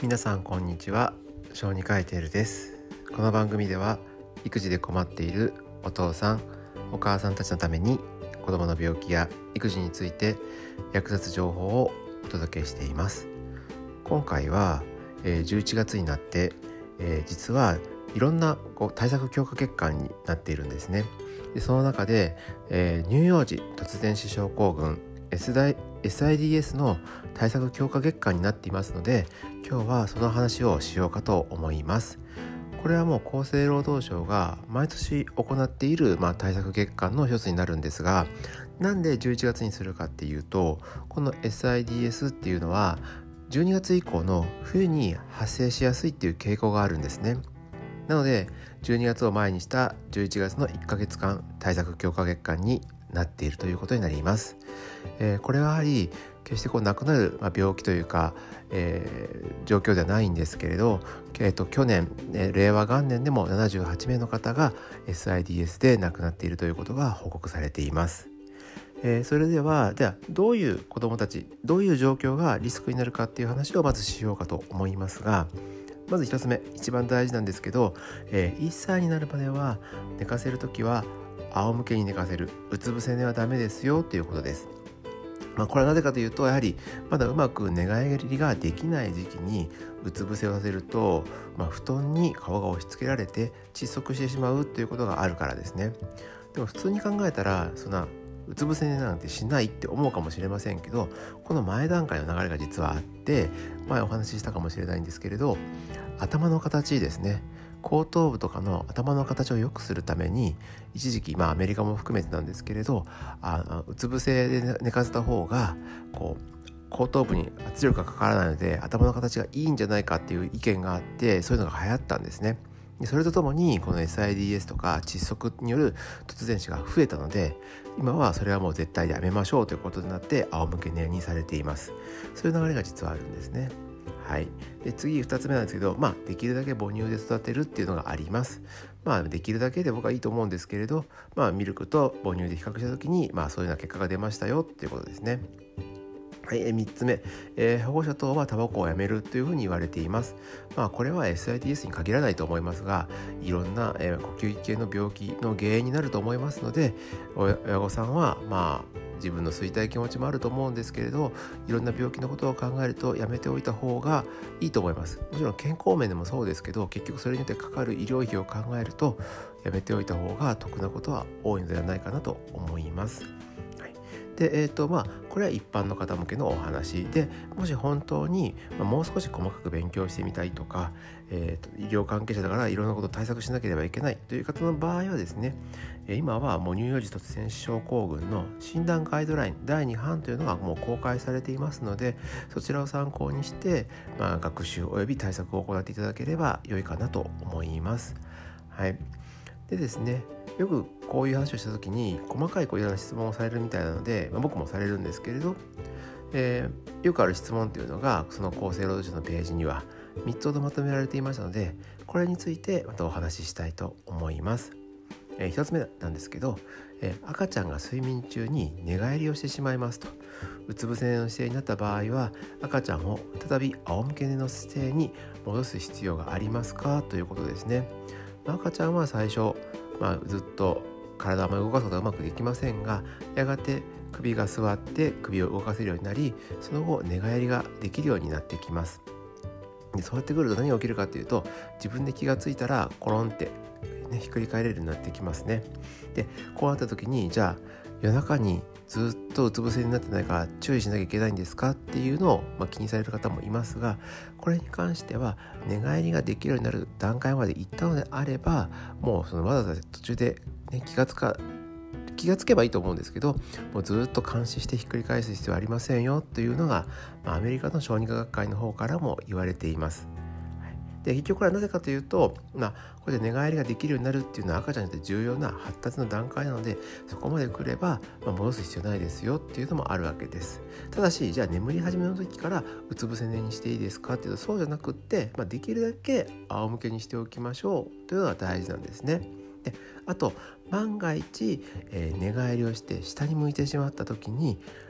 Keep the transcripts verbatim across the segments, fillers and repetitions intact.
皆さんこんにちは。小児科医テールです。この番組では育児で困っているお父さんお母さんたちのために子どもの病気や育児について役立つ情報をお届けしています。今回は、えー、じゅういちがつになって、えー、実はいろんなこう対策強化月間になっているんですね。でその中で、えー、乳幼児突然死症候群 エスアイディーエス の対策強化月間になっていますので、今日はその話をしようかと思います。これはもう厚生労働省が毎年行っている、まあ、対策月間の一つになるんですが、なんでじゅういちがつにするかっていうと、この エスアイディーエス っていうのはじゅうにがつ以降の冬に発生しやすいっていう傾向があるんですね。なのでじゅうにがつを前にしたじゅういちがつのいっかげつかん対策強化月間になっているということになります。えー、これはやはり決してこう亡くなる病気というか、えー、状況ではないんですけれど、えー、と去年、えー、令和元年でもななじゅうはちめいの方が エスアイディーエス で亡くなっているということが報告されています。えー、それではではどういう子どもたちどういう状況がリスクになるかっていう話をまずしようかと思いますが、まず一つ目、一番大事なんですけど、えー、いっさいになるまでは寝かせるときは仰向けに寝かせる、うつ伏せ寝はダメですよということです。まあ、これはなぜかというと、やはりまだうまく寝返りができない時期にうつ伏せをさせると、まあ、布団に顔が押し付けられて窒息してしまうということがあるからですね。でも普通に考えたらそんなうつ伏せ寝なんてしないって思うかもしれませんけど、この前段階の流れが実はあって、前お話ししたかもしれないんですけれど、頭の形ですね、後頭部とかの頭の形を良くするために一時期、まあ、アメリカも含めてなんですけれど、あうつ伏せで寝かせた方がこう後頭部に圧力がかからないので頭の形がいいんじゃないかっていう意見があって、そういうのが流行ったんですね。でそれとともにこの エスアイディーエス とか窒息による突然死が増えたので、今はそれはもう絶対やめましょうということになって仰向け寝にされています。そういう流れが実はあるんですね。はい、で次ふたつめなんですけど、まあ、できるだけ母乳で育てるっていうのがあります。まあ、できるだけで僕はいいと思うんですけれど、まあ、ミルクと母乳で比較した時に、まあ、そういうような結果が出ましたよっていうことですね。はい、みっつめ、えー、保護者等はタバコをやめるというふうに言われています。まあ、これは エスアイディーエス に限らないと思いますが、いろんな、えー、呼吸器系の病気の原因になると思いますので、親御さんはまあ自分の吸いたい気持ちもあると思うんですけれど、いろんな病気のことを考えるとやめておいた方がいいと思います。もちろん健康面でもそうですけど、結局それによってかかる医療費を考えるとやめておいた方が得なことは多いのではないかなと思います。でえーとまあ、これは一般の方向けのお話で、もし本当に、まあ、もう少し細かく勉強してみたいとか、えーと医療関係者だからいろんなことを対策しなければいけないという方の場合はですね、今はもう乳幼児突然死症候群の診断ガイドラインだいに版というのがもう公開されていますので、そちらを参考にして、まあ、学習および対策を行っていただければ良いかなと思います。はい。でですね、よくこういう話をした時に細かいこういろんな質問をされるみたいなので、まあ、僕もされるんですけれど、えー、よくある質問というのがその厚生労働省のページにはみっつほどまとめられていましたので、これについてまたお話ししたいと思います。えー、ひとつめなんですけど、えー、赤ちゃんが睡眠中に寝返りをしてしまいますと、うつ伏せ寝の姿勢になった場合は赤ちゃんを再び仰向け寝の姿勢に戻す必要がありますかということですね。赤ちゃんは最初、まあ、ずっと体を動かすことがうまくできませんが、やがて首が座って首を動かせるようになり、その後寝返りができるようになってきます。でそうやってくると何が起きるかというと、自分で気がついたらコロンって、ね、ひっくり返れるようになってきますね。でこうなった時に、じゃあ夜中にずっとうつ伏せになってないから注意しなきゃいけないんですかっていうのを、まあ、気にされる方もいますが、これに関しては寝返りができるようになる段階まで行ったのであれば、もうそのわざわざ途中で、ね、気がつか気がつけばいいと思うんですけど、もうずっと監視してひっくり返す必要はありませんよというのが、まあ、アメリカの小児科学会の方からも言われています。で結局これはなぜかというと、まあ、これで寝返りができるようになるっていうのは赤ちゃんにとって重要な発達の段階なので、そこまで来れば、まあ、戻す必要ないですよっていうのもあるわけです。ただし、じゃあ眠り始めの時からうつ伏せ寝にしていいですかっていうと、そうじゃなくって、まあ、できるだけ仰向けにしておきましょうというのが大事なんですね。であと万が一、えー、寝返りをして下に向いてしまった時に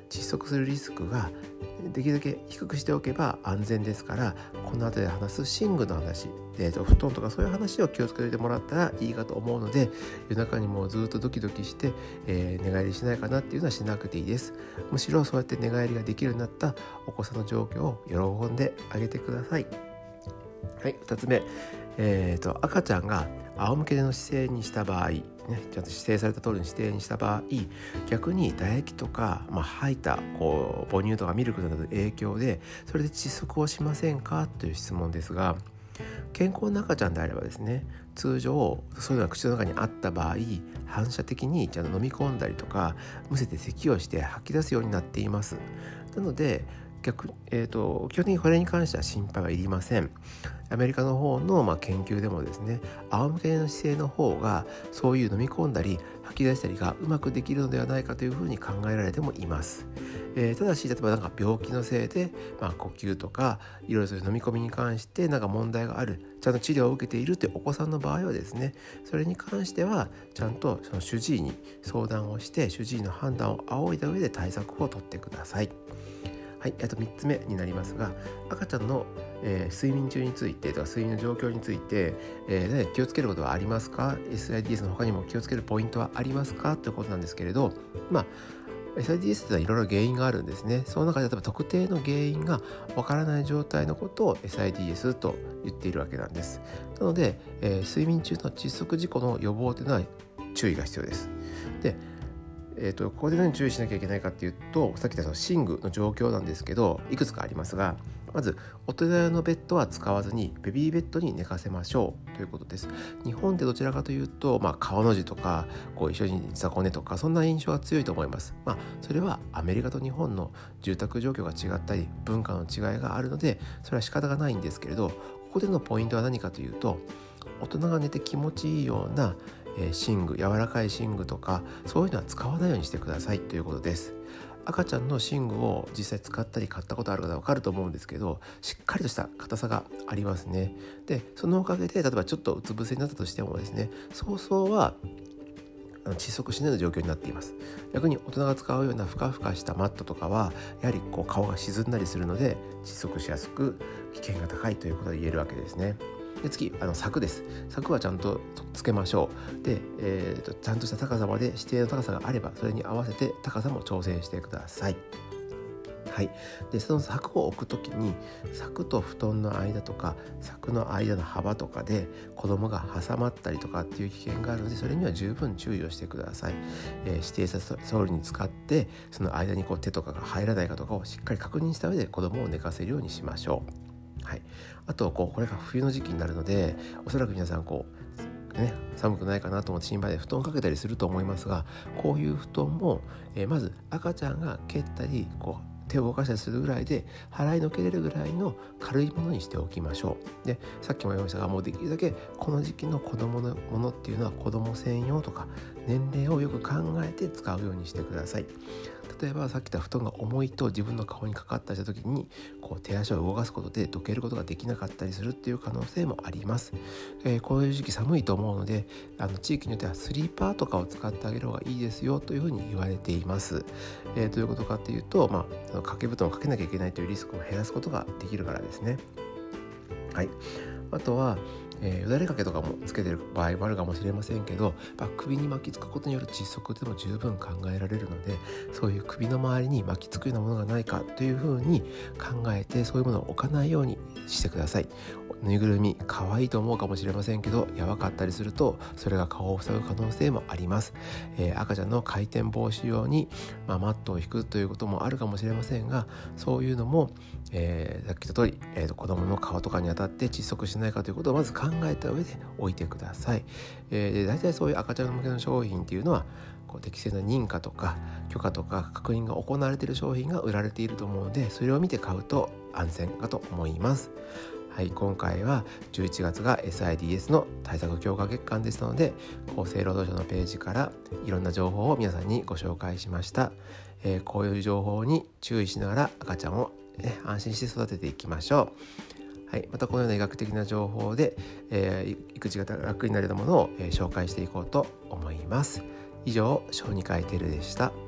窒息するリスクができるだけ低くしておけば安全ですから、この後で話す寝具の話、えー、と布団とかそういう話を気をつけてもらったらいいかと思うので、夜中にもうずっとドキドキして、えー、寝返りしないかなっていうのはしなくていいです。むしろそうやって寝返りができるようになったお子さんの状況を喜んであげてください。はい、ふたつめ、えー、と赤ちゃんが仰向けの姿勢にした場合、ね、ちゃんと指定された通りの姿勢にした場合、逆に唾液とか、まあ、吐いたこう母乳とかミルクなどの影響でそれで窒息をしませんかという質問ですが、健康な赤ちゃんであればですね、通常そういうのが口の中にあった場合、反射的にちゃんと飲み込んだりとかむせて咳をして吐き出すようになっています。なので逆、えーと、基本的にこれに関しては心配はいりません。アメリカの方の、まあ、研究でもですね、仰向けの姿勢の方がそういう飲み込んだり吐き出したりがうまくできるのではないかというふうに考えられてもいます。えー、ただし例えばなんか病気のせいで、まあ、呼吸とかいろいろそういう飲み込みに関してなんか問題がある、ちゃんと治療を受けているというお子さんの場合はですね、それに関してはちゃんとその主治医に相談をして主治医の判断を仰いだ上で対策を取ってください。はい、あとみっつめになりますが、赤ちゃんの、えー、睡眠中についてとか睡眠の状況について、えー、何か気をつけることはありますか？ エスアイディーエス の他にも気をつけるポイントはありますかということなんですけれど、まあエスアイディーエス というのはいろいろ原因があるんですね。その中で例えば特定の原因がわからない状態のことを エスアイディーエス と言っているわけなんです。なので、えー、睡眠中の窒息事故の予防というのは注意が必要です。でえー、とここで何注意しなきゃいけないかっていうと、さっき言ったその寝具の状況なんですけど、いくつかありますが、まず大人用のベッドは使わずにベビーベッドに寝かせましょうということです。日本でどちらかというと、まあ、川の字とかこう一緒に雑魚寝とかそんな印象が強いと思います。まあ、それはアメリカと日本の住宅状況が違ったり文化の違いがあるのでそれは仕方がないんですけれど、ここでのポイントは何かというと、大人が寝て気持ちいいような寝具、柔らかい寝具とかそういうのは使わないようにしてくださいということです。赤ちゃんの寝具を実際使ったり買ったことある方は分かると思うんですけど、しっかりとした硬さがありますね。でそのおかげで例えばちょっとうつ伏せになったとしてもですね、早々は窒息しないような状況になっています。逆に大人が使うようなふかふかしたマットとかはやはりこう顔が沈んだりするので窒息しやすく危険が高いということが言えるわけですね。で次、あの柵です。柵はちゃんとつけましょう。で、えーと、ちゃんとした高さまで指定の高さがあればそれに合わせて高さも調整してください。はい、でその柵を置くときに柵と布団の間とか柵の間の幅とかで子供が挟まったりとかっていう危険があるので、それには十分注意をしてください。えー、指定した通りに使ってその間にこう手とかが入らないかとかをしっかり確認した上で子供を寝かせるようにしましょう。はい、あとこうこれが冬の時期になるのでおそらく皆さんこう、ね、寒くないかなと思って心配で布団をかけたりすると思いますが、こういう布団も、えー、まず赤ちゃんが蹴ったりこう手を動かしたりするぐらいで払いのけれるぐらいの軽いものにしておきましょう。でさっきも言いましたが、もうできるだけこの時期の子供のものっていうのは子供専用とか年齢をよく考えて使うようにしてください。例えばさっき言った布団が重いと自分の顔にかかったりした時にこう手足を動かすことでどけることができなかったりするっていう可能性もあります。えー、こういう時期寒いと思うのであの地域によってはスリーパーとかを使ってあげる方がいいですよというふうに言われています。えー、どういうことかっていうと、まあ、掛け布団をかけなきゃいけないというリスクを減らすことができるからですね。はい、あとはえー、よだれかけとかもつけてる場合もあるかもしれませんけど、まあ、首に巻きつくことによる窒息でも十分考えられるので、そういう首の周りに巻きつくようなものがないかというふうに考えてそういうものを置かないようにしてください。ぬいぐるみ可愛いと思うかもしれませんけどやばかったりするとそれが顔を塞ぐ可能性もあります。えー、赤ちゃんの回転防止用に、まあ、マットを引くということもあるかもしれませんが、そういうのも、えー、さっき言った通り、えーと、子供の顔とかに当たって窒息しないかということをまず考えた上で置いてください。えー、で大体そういう赤ちゃん向けの商品っていうのはこう適正な認可とか許可とか確認が行われている商品が売られていると思うので、それを見て買うと安全かと思います。はい、今回はじゅういちがつが エスアイディーエス の対策強化月間ですので、厚生労働省のページからいろんな情報を皆さんにご紹介しました。えー、こういう情報に注意しながら赤ちゃんを、ね、安心して育てていきましょう。はい、またこのような医学的な情報で、えー、育児が楽になれるものを、えー、紹介していこうと思います。以上、小児科医テルでした。